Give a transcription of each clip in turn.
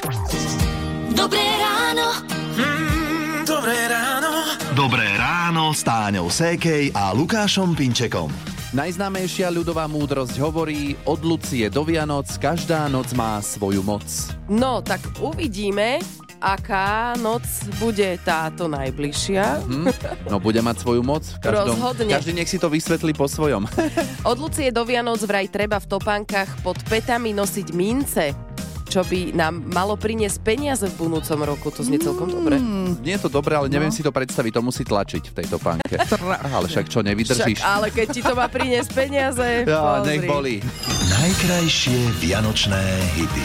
Dobré ráno. Dobré ráno. Dobré ráno s Táňou Sékej a Lukášom Pinčekom. Najznámejšia ľudová múdrosť hovorí: od Lucie do Vianoc každá noc má svoju moc. No, tak uvidíme, aká noc bude táto najbližšia. No, bude mať svoju moc. Rozhodne. Každý nech si to vysvetlí po svojom. Od Lucie do Vianoc vraj treba v topánkach pod pätami nosiť mince, čo by nám malo priniesť peniaze v budúcom roku. To znie celkom dobre. Nie je to dobré, ale neviem si to predstaviť. To musí tlačiť v tej topánke. Ale však čo, nevydržíš? Ale keď ti to má priniesť peniaze, Ja, pozri. nech bolí. Najkrajšie vianočné hity.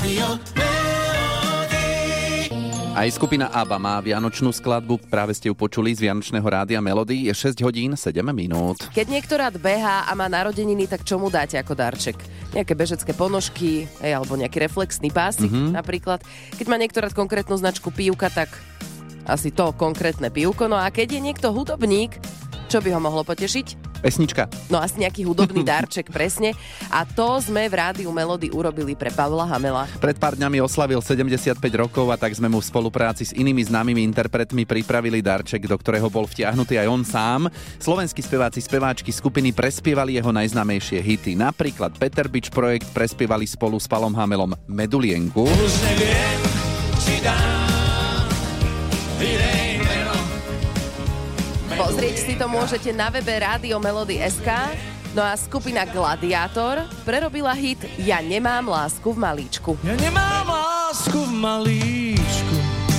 Aj skupina ABBA má vianočnú skladbu, práve ste ju počuli z Vianočného rádia Melody, je 6 hodín 7 minút. Keď niekto rád behá a má narodeniny, tak čo mu dáte ako darček? Nejaké bežecké ponožky, alebo nejaký reflexný pásik napríklad. Keď má niekto rád konkrétnu značku pívka, tak asi to konkrétne pívko. No a keď je niekto hudobník, čo by ho mohlo potešiť? Pesnička. No asi nejaký hudobný darček, presne. A to sme v rádiu Melody urobili pre Pavla Hamela. Pred pár dňami oslavil 75 rokov a tak sme mu v spolupráci s inými známymi interpretmi pripravili darček, do ktorého bol vtiahnutý aj on sám. Slovenskí speváci, speváčky skupiny prespievali jeho najznámejšie hity. Napríklad Peter Bič projekt prespievali spolu s Palom Hamelom Medulienku. Už neviem, či dám inej meno. Pozrieť si to môžete na webe Rádio Melody.sk. No a skupina Gladiátor prerobila hit Ja nemám lásku v malíčku. Ja nemám lásku v malíčku.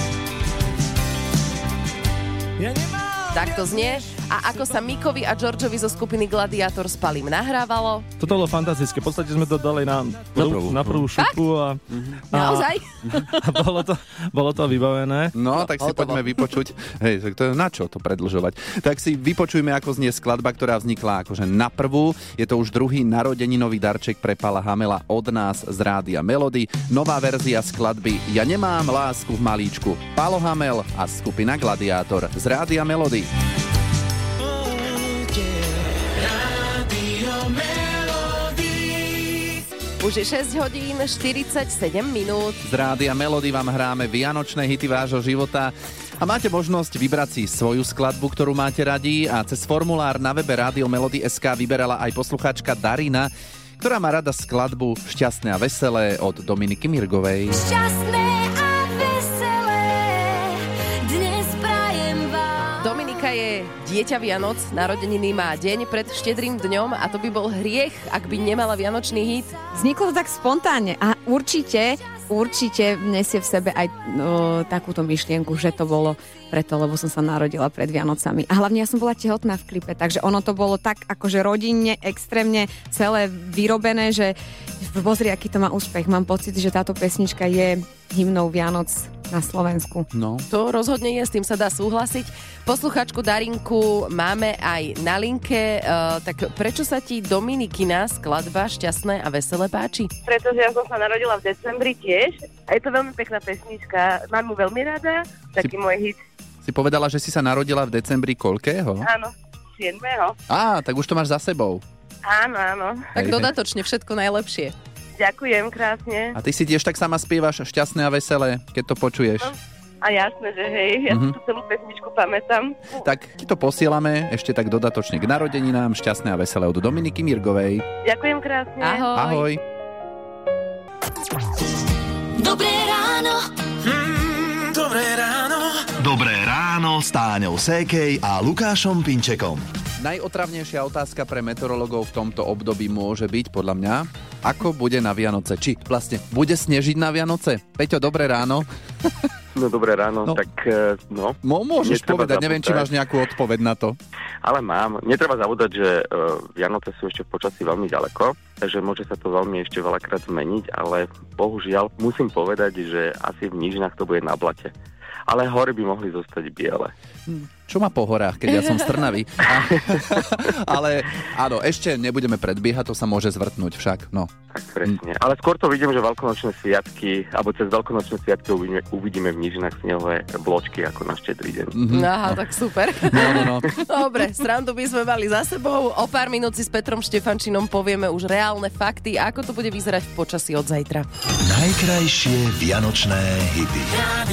Ja nemám... Tak to znie. A ako sa Mikovi a Georgeovi zo skupiny Gladiátor s Palim nahrávalo? Toto bolo fantastické. V podstate sme to dali na prvú šupu a Naozaj? bolo to vybavené. No, tak si poďme vypočuť. Hej, tak to je na čo to predĺžovať? Tak si vypočujme, ako znie skladba, ktorá vznikla akože na prvú. Je to už druhý narodeninový darček pre Pala Hamela od nás z Rádia Melody. Nová verzia skladby Ja nemám lásku v malíčku. Palo Hamel a skupina Gladiátor z Rádia Melody. Už je 6 hodín 47 minút. Z Rádia Melody vám hráme vianočné hity vášho života a máte možnosť vybrať si svoju skladbu, ktorú máte radi, a cez formulár na webe Rádio Melody.sk vyberala aj poslucháčka Darina, ktorá má rada skladbu Šťastné a veselé od Dominiky Mirgovej. Šťastné a veselé dnes prajem vám. Dominika je dieťa Vianoc, narodeniny má deň pred štedrým dňom a to by bol hriech, ak by nemala vianočný hit. Vzniklo to tak spontánne a určite nesie v sebe aj takúto myšlienku, že to bolo preto, lebo som sa narodila pred Vianocami. A hlavne ja som bola tehotná v klipe, takže ono to bolo tak akože rodinne, extrémne celé vyrobené, že pozri, aký to má úspech. Mám pocit, že táto pesnička je hymnou Vianoc na Slovensku. No. To rozhodne je, s tým sa dá súhlasiť. Posluchačku Darinku máme aj na linke. Tak prečo sa ti Dominikina skladba Šťastné a veselé páči? Pretože ja som sa narodila v decembri tiež a je to veľmi pekná pesnička. Mám ju veľmi rada, taký môj hit. Si povedala, že si sa narodila v decembri koľkého? Áno, 7. Á, tak už to máš za sebou. Áno, áno. Tak dodatočne všetko najlepšie. Ďakujem krásne. A ty si tiež tak sama spievaš Šťastné a veselé, keď to počuješ? No, a jasné, že hej, ja si tú celú pesničku pamätám. Tak ti to posielame ešte tak dodatočne k narodeninám Šťastné a veselé od Dominiky Mirgovej. Ďakujem krásne. Ahoj. Ahoj. Dobré ráno. Dobré ráno. Dobré ráno s Táňou Sékej a Lukášom Pinčekom. Najotravnejšia otázka pre meteorológov v tomto období môže byť, podľa mňa, ako bude na Vianoce. Či vlastne bude snežiť na Vianoce? Peťo, dobré ráno. No dobré ráno, No. tak no. Môžeš Netreba povedať, neviem, či zabúdať. máš nejakú odpoveď na to. Ale mám. Netreba zabúdať, že Vianoce sú ešte v počasí veľmi ďaleko, takže môže sa to veľmi ešte veľakrát zmeniť, ale bohužiaľ musím povedať, že asi v nížinách to bude na blate. Ale hory by mohli zostať biele. Čo má po horách, keď ja som z Trnavy? Ale áno, ešte nebudeme predbiehať, to sa môže zvrtnúť však, no. Tak presne. Ale skôr to vidím, že veľkonočné sviatky, alebo cez veľkonočné sviatky uvidíme v nížinách snehové bločky ako na Štedrý deň. Aha, tak super. No. Dobre, srandu by sme mali za sebou. O pár minút si s Petrom Štefančinom povieme už reálne fakty, ako to bude vyzerať v počasí od zajtra. Najkrajšie vianočné hity.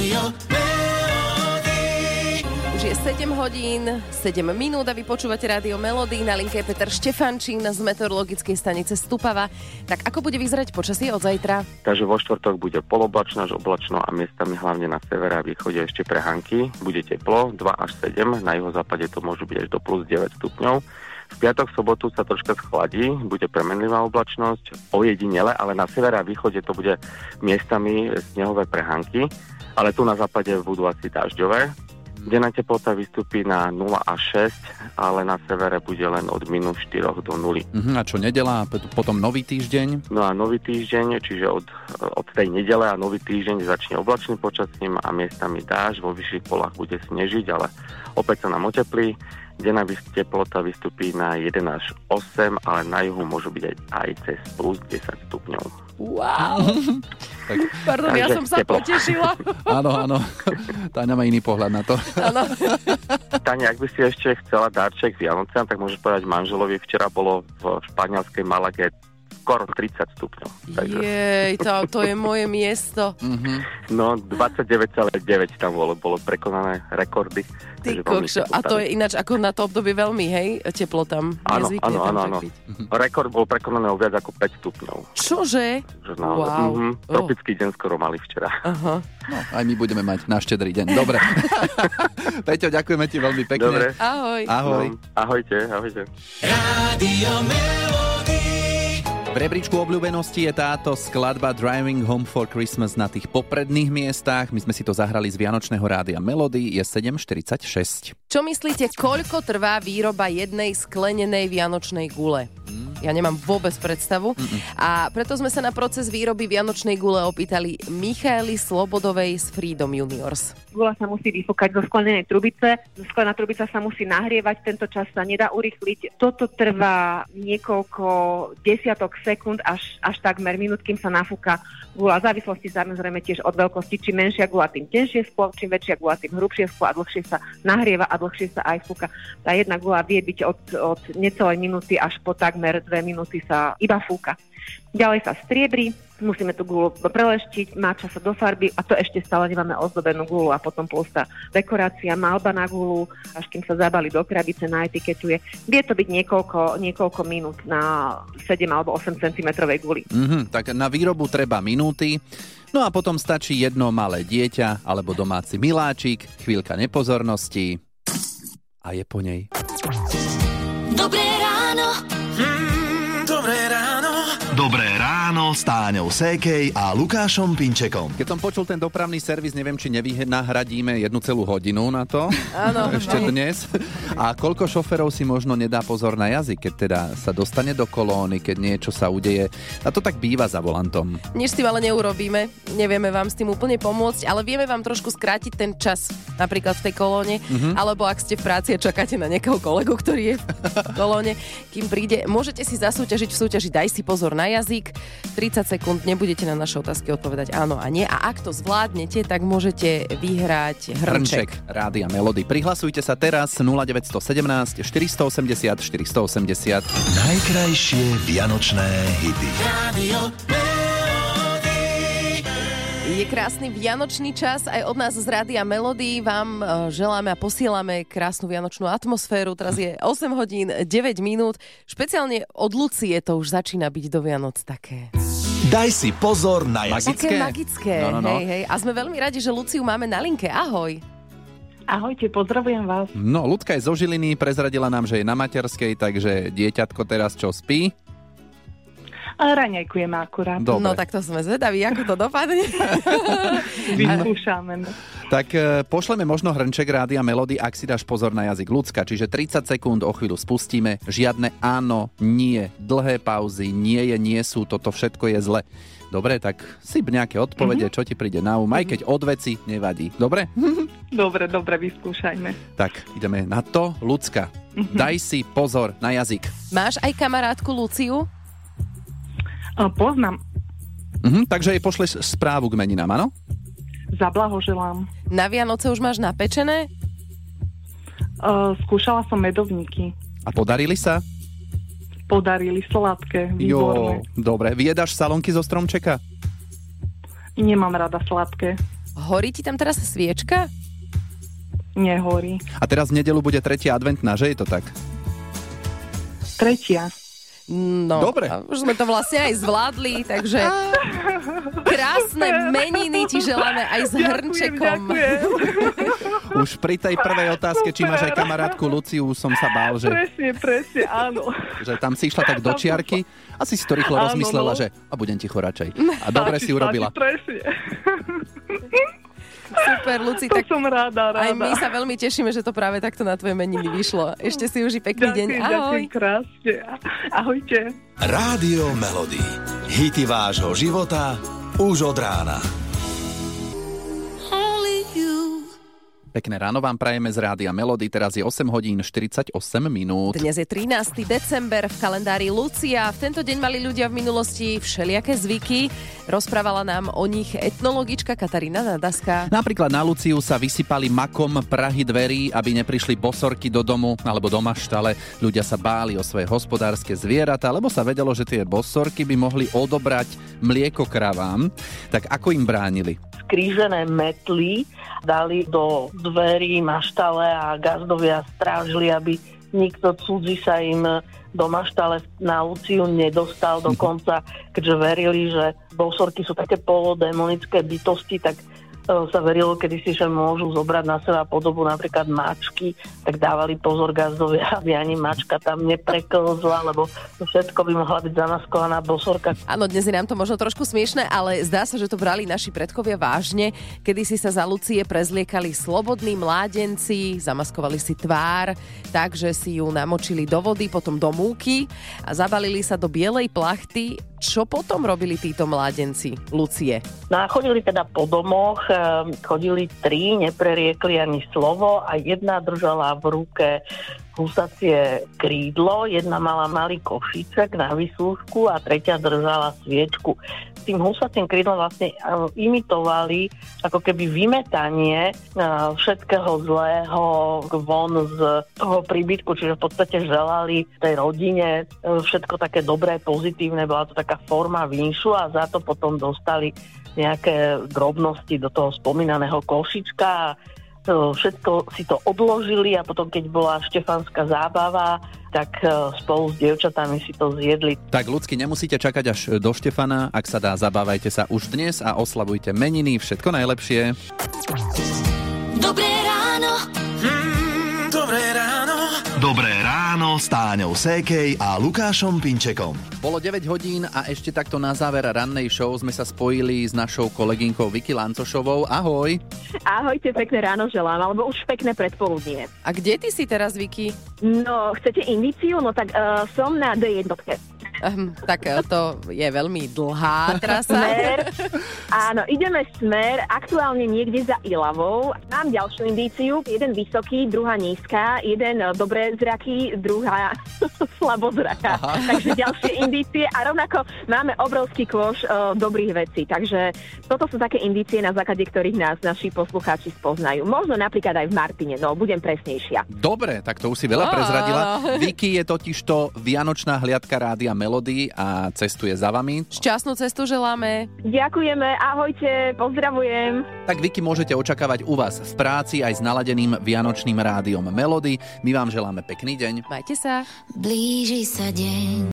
Už je 7 hodín, 7 minút a vy počúvate Rádio Melody. Na linke je Peter Štefančín z meteorologickej stanice Stupava. Tak ako bude vyzerať počasie od zajtra? Takže vo štvrtok bude poloblačno až oblačno a miestami hlavne na severe a východe ešte prehánky. Bude teplo 2 až 7, na juhozápade to môžu byť až do plus 9 stupňov. V piatok, sobotu sa troška schladí, bude premenlivá oblačnosť, ojedinele, ale na severe a východe to bude miestami snehové prehánky, ale tu na západe budú asi dažďové. Denná teplota vystúpi na 0 až 6, ale na severe bude len od minus 4 do 0. A čo nedeľa, potom nový týždeň? No a nový týždeň, čiže od tej nedele a nový týždeň začne oblačným počasím a miestami dážď, vo vyšších polách bude snežiť, ale opäť sa nám oteplí. Denná teplota vystúpi na 1 až 8, ale na juhu môžu byť aj cez plus 10 stupňov. Wow! Pardon, ja som sa potešila. Áno. Táňa má iný pohľad na to. Áno. Táňa, ak by si ešte chcela darček Vianociam, tak môžeš povedať manželovi, včera bolo v španielskej Malage skoro 30 stupňov. Takže... Jej, to je moje miesto. No, 29,9 tam bolo prekonané rekordy. Ty kokšo, a to je ináč ako na to obdobie veľmi, hej, teplo tam. Áno. Rekord bol prekonaný o viac ako 5 stupňov. Čože? Wow. Tropický deň skoro mali včera. Aha. No, aj my budeme mať na Štedrý deň. Dobre. Peťo, ďakujeme ti veľmi pekne. Dobre. Ahoj. No, ahojte. Rádio Melody. V rebríčku obľúbenosti je táto skladba Driving Home for Christmas na tých popredných miestach. My sme si to zahrali z Vianočného rádia Melody, je 7:46. Čo myslíte, koľko trvá výroba jednej sklenenej vianočnej gule? Ja nemám vôbec predstavu. A preto sme sa na proces výroby vianočnej gule opýtali Michaely Slobodovej z Freedom Juniors. Gula sa musí vyfúkať zo sklenenej trubice. Sklená trubica sa musí nahrievať, tento čas sa nedá urýchliť. Toto trvá niekoľko desiatok sekúnd až takmer minút, kým sa nafúka gula. V závislosti samozrejme tiež od veľkosti. Čím menšia gula, tým tenšie sklo, čím väčšia gula, tým hrubšie sklo a dlhšie sa nahrieva a dlhšie sa aj fúka. Tá jedna gula vie byť od necelej minúty až po takmer 2 minúty sa iba fúka. Ďalej sa striebri, musíme tú gulu preleštiť, máča sa do farby a to ešte stále nemáme ozdobenú gulu a potom plus tá dekorácia, malba na gulu, až kým sa zabali do krabice, naetiketuje. Vie to byť niekoľko minút na 7 alebo 8 cm guli. Tak na výrobu treba minúty, no a potom stačí jedno malé dieťa alebo domáci miláčik, chvíľka nepozornosti a je po nej. Dobré ráno. Dobré ráno. Dobré ráno s Táňou Sékej a Lukášom Pinčekom. Keď som počul ten dopravný servis, neviem, či nahradíme 1 celú hodinu na to. Áno. Ešte dnes. A koľko šoferov si možno nedá pozor na jazyk, keď teda sa dostane do kolóny, keď niečo sa udeje. A to tak býva za volantom. Nič s tým ale neurobíme. Nevieme vám s tým úplne pomôcť, ale vieme vám trošku skrátiť ten čas, napríklad v tej kolóne, alebo ak ste v práci a čakáte na nejakého kolegu, ktorý je v kolóne, kým príde, môžete si zasúťažiť v súťaži Daj si pozor na jazyk. 30 sekúnd nebudete na naše otázky odpovedať áno a nie. A ak to zvládnete, tak môžete vyhrať hrnček. Rádia Melody. Prihlasujte sa teraz 0917 480 480. Najkrajšie vianočné hity. Rádio Melody. Je krásny vianočný čas, aj od nás z Rádia Melody vám želáme a posielame krásnu vianočnú atmosféru. Teraz je 8 hodín 9 minút. Špeciálne od Lucie to už začína byť do Vianoc také. Daj si pozor na jazyk. Také magické. No. Hej. A sme veľmi radi, že Luciu máme na linke. Ahoj. Ahojte, pozdravujem vás. No, Ľudka je zo Žiliny, prezradila nám, že je na materskej, takže dieťatko teraz čo, spí? Raňajkujeme akurát. Dobre. No tak to sme zvedaví, ako to dopadne. Vyskúšame. Tak pošleme možno hrnček Rádia Melody, ak si dáš pozor na jazyk. Ľudská, čiže 30 sekúnd, o chvíľu spustíme. Žiadne áno, nie, dlhé pauzy, nie sú, toto všetko je zle. Dobre, tak syp nejaké odpovede, čo ti príde na aj keď od veci nevadí. Dobre? Dobre, vyskúšajme. Tak, ideme na to. Ľudská, daj si pozor na jazyk. Máš aj kamarátku Luciu? Poznám. Takže jej pošleš správu k meninám, áno? Zablahoželám. Na Vianoce už máš napečené? Skúšala som medovníky. A podarili sa? Podarili, sladké, výborné. Dobre. Vyjedáš salónky zo stromčeka? Nemám rada sladké. Horí ti tam teraz sviečka? Nehorí. A teraz v nedeľu bude 3. adventná, že je to tak? 3. No, dobre. Už sme to vlastne aj zvládli, takže krásne meniny ti želáme aj s hrnčekom. Ďakujem. Už pri tej prvej otázke, či máš aj kamarátku Luciu, som sa bál, že... Presne, áno. Že tam si išla tak do čiarky, asi si to rýchlo rozmyslela, že a budem ticho radšej. A dobre si urobila. Presne. Super, Luci, tak som ráda. Aj my sa veľmi tešíme, že to práve takto na tvoje meniny vyšlo. Ešte si uži pekný deň. Ahoj. Ďakujem krásne. Ahojte. Rádio Melody. Hity vášho života už od rána. Pekné ráno vám prajeme z Rádia Melody, teraz je 8 hodín 48 minút. Dnes je 13. december, v kalendári Lucia. V tento deň mali ľudia v minulosti všelijaké zvyky. Rozprávala nám o nich etnologička Katarína Nadaska. Napríklad na Luciu sa vysypali makom prahy dverí, aby neprišli bosorky do domu alebo do maštale. Ľudia sa báli o svoje hospodárske zvieratá, lebo sa vedelo, že tie bosorky by mohli odobrať mlieko kravám. Tak ako im bránili? Krížené metly dali do dverí maštale a gazdovia strážili, aby nikto cudzí sa im do maštale na Luciu nedostal. Dokonca, keďže verili, že bosorky sú také polodemonické bytosti, tak sa verilo kedysi, že môžu zobrať na seba podobu napríklad mačky, tak dávali pozor gazdovia, aby ani mačka tam nepreklzla, lebo všetko by mohla byť zamaskovaná bosorka. Áno, dnes je nám to možno trošku smiešné, ale zdá sa, že to brali naši predkovia vážne. Kedysi sa za Lucie prezliekali slobodní mládenci, zamaskovali si tvár, takže si ju namočili do vody, potom do múky a zabalili sa do bielej plachty. Čo potom robili títo mládenci, Lucie? No a chodili teda po domoch, chodili 3, nepreriekli ani slovo a jedna držala v ruke husacie krídlo, jedna mala malý košíček na vysúšku a tretia držala sviečku. Tým husacím krídlom vlastne imitovali ako keby vymetanie všetkého zlého von z toho príbytku, čiže v podstate želali tej rodine všetko také dobré, pozitívne, bola to taká forma vinšu a za to potom dostali nejaké drobnosti do toho spomínaného košička. Všetko si to odložili a potom, keď bola štefánska zábava, tak spolu s dievčatami si to zjedli. Tak ľudsky, nemusíte čakať až do Štefana, ak sa dá, zabávajte sa už dnes a oslavujte meniny. Všetko najlepšie. Dobré ráno. Dobré ráno. Dobré ráno s Táňou Sékej a Lukášom Pinčekom. Bolo 9 hodín a ešte takto na záver rannej show sme sa spojili s našou kolegynkou Vicky Lancošovou. Ahoj. Ahojte, pekné ráno želám, alebo už pekné predpoludnie. A kde ty si teraz, Vicky? No, chcete indíciu? No tak som na D1. Tak to je veľmi dlhá trasa. Smer. Áno, ideme smer, aktuálne niekde za Ilavou. Mám ďalšiu indíciu, jeden vysoký, druhá nízka, jeden dobre zraký, druhá slabozraká. Takže ďalšie indície a rovnako máme obrovský kôš dobrých vecí. Takže toto sú také indície, na základe ktorých nás naši poslucháči spoznajú. Možno napríklad aj v Martine, no budem presnejšia. Dobre, tak to už si veľa prezradila. Vicky je totižto vianočná hliadka Rádia Melody a cestuje za vami. Šťastnú cestu želáme. Ďakujeme, ahojte, pozdravujem. Tak Vicky môžete očakávať u vás v práci aj s naladeným vianočným rádiom Melody. My vám želáme pekný deň. Majte sa. Blíži sa deň.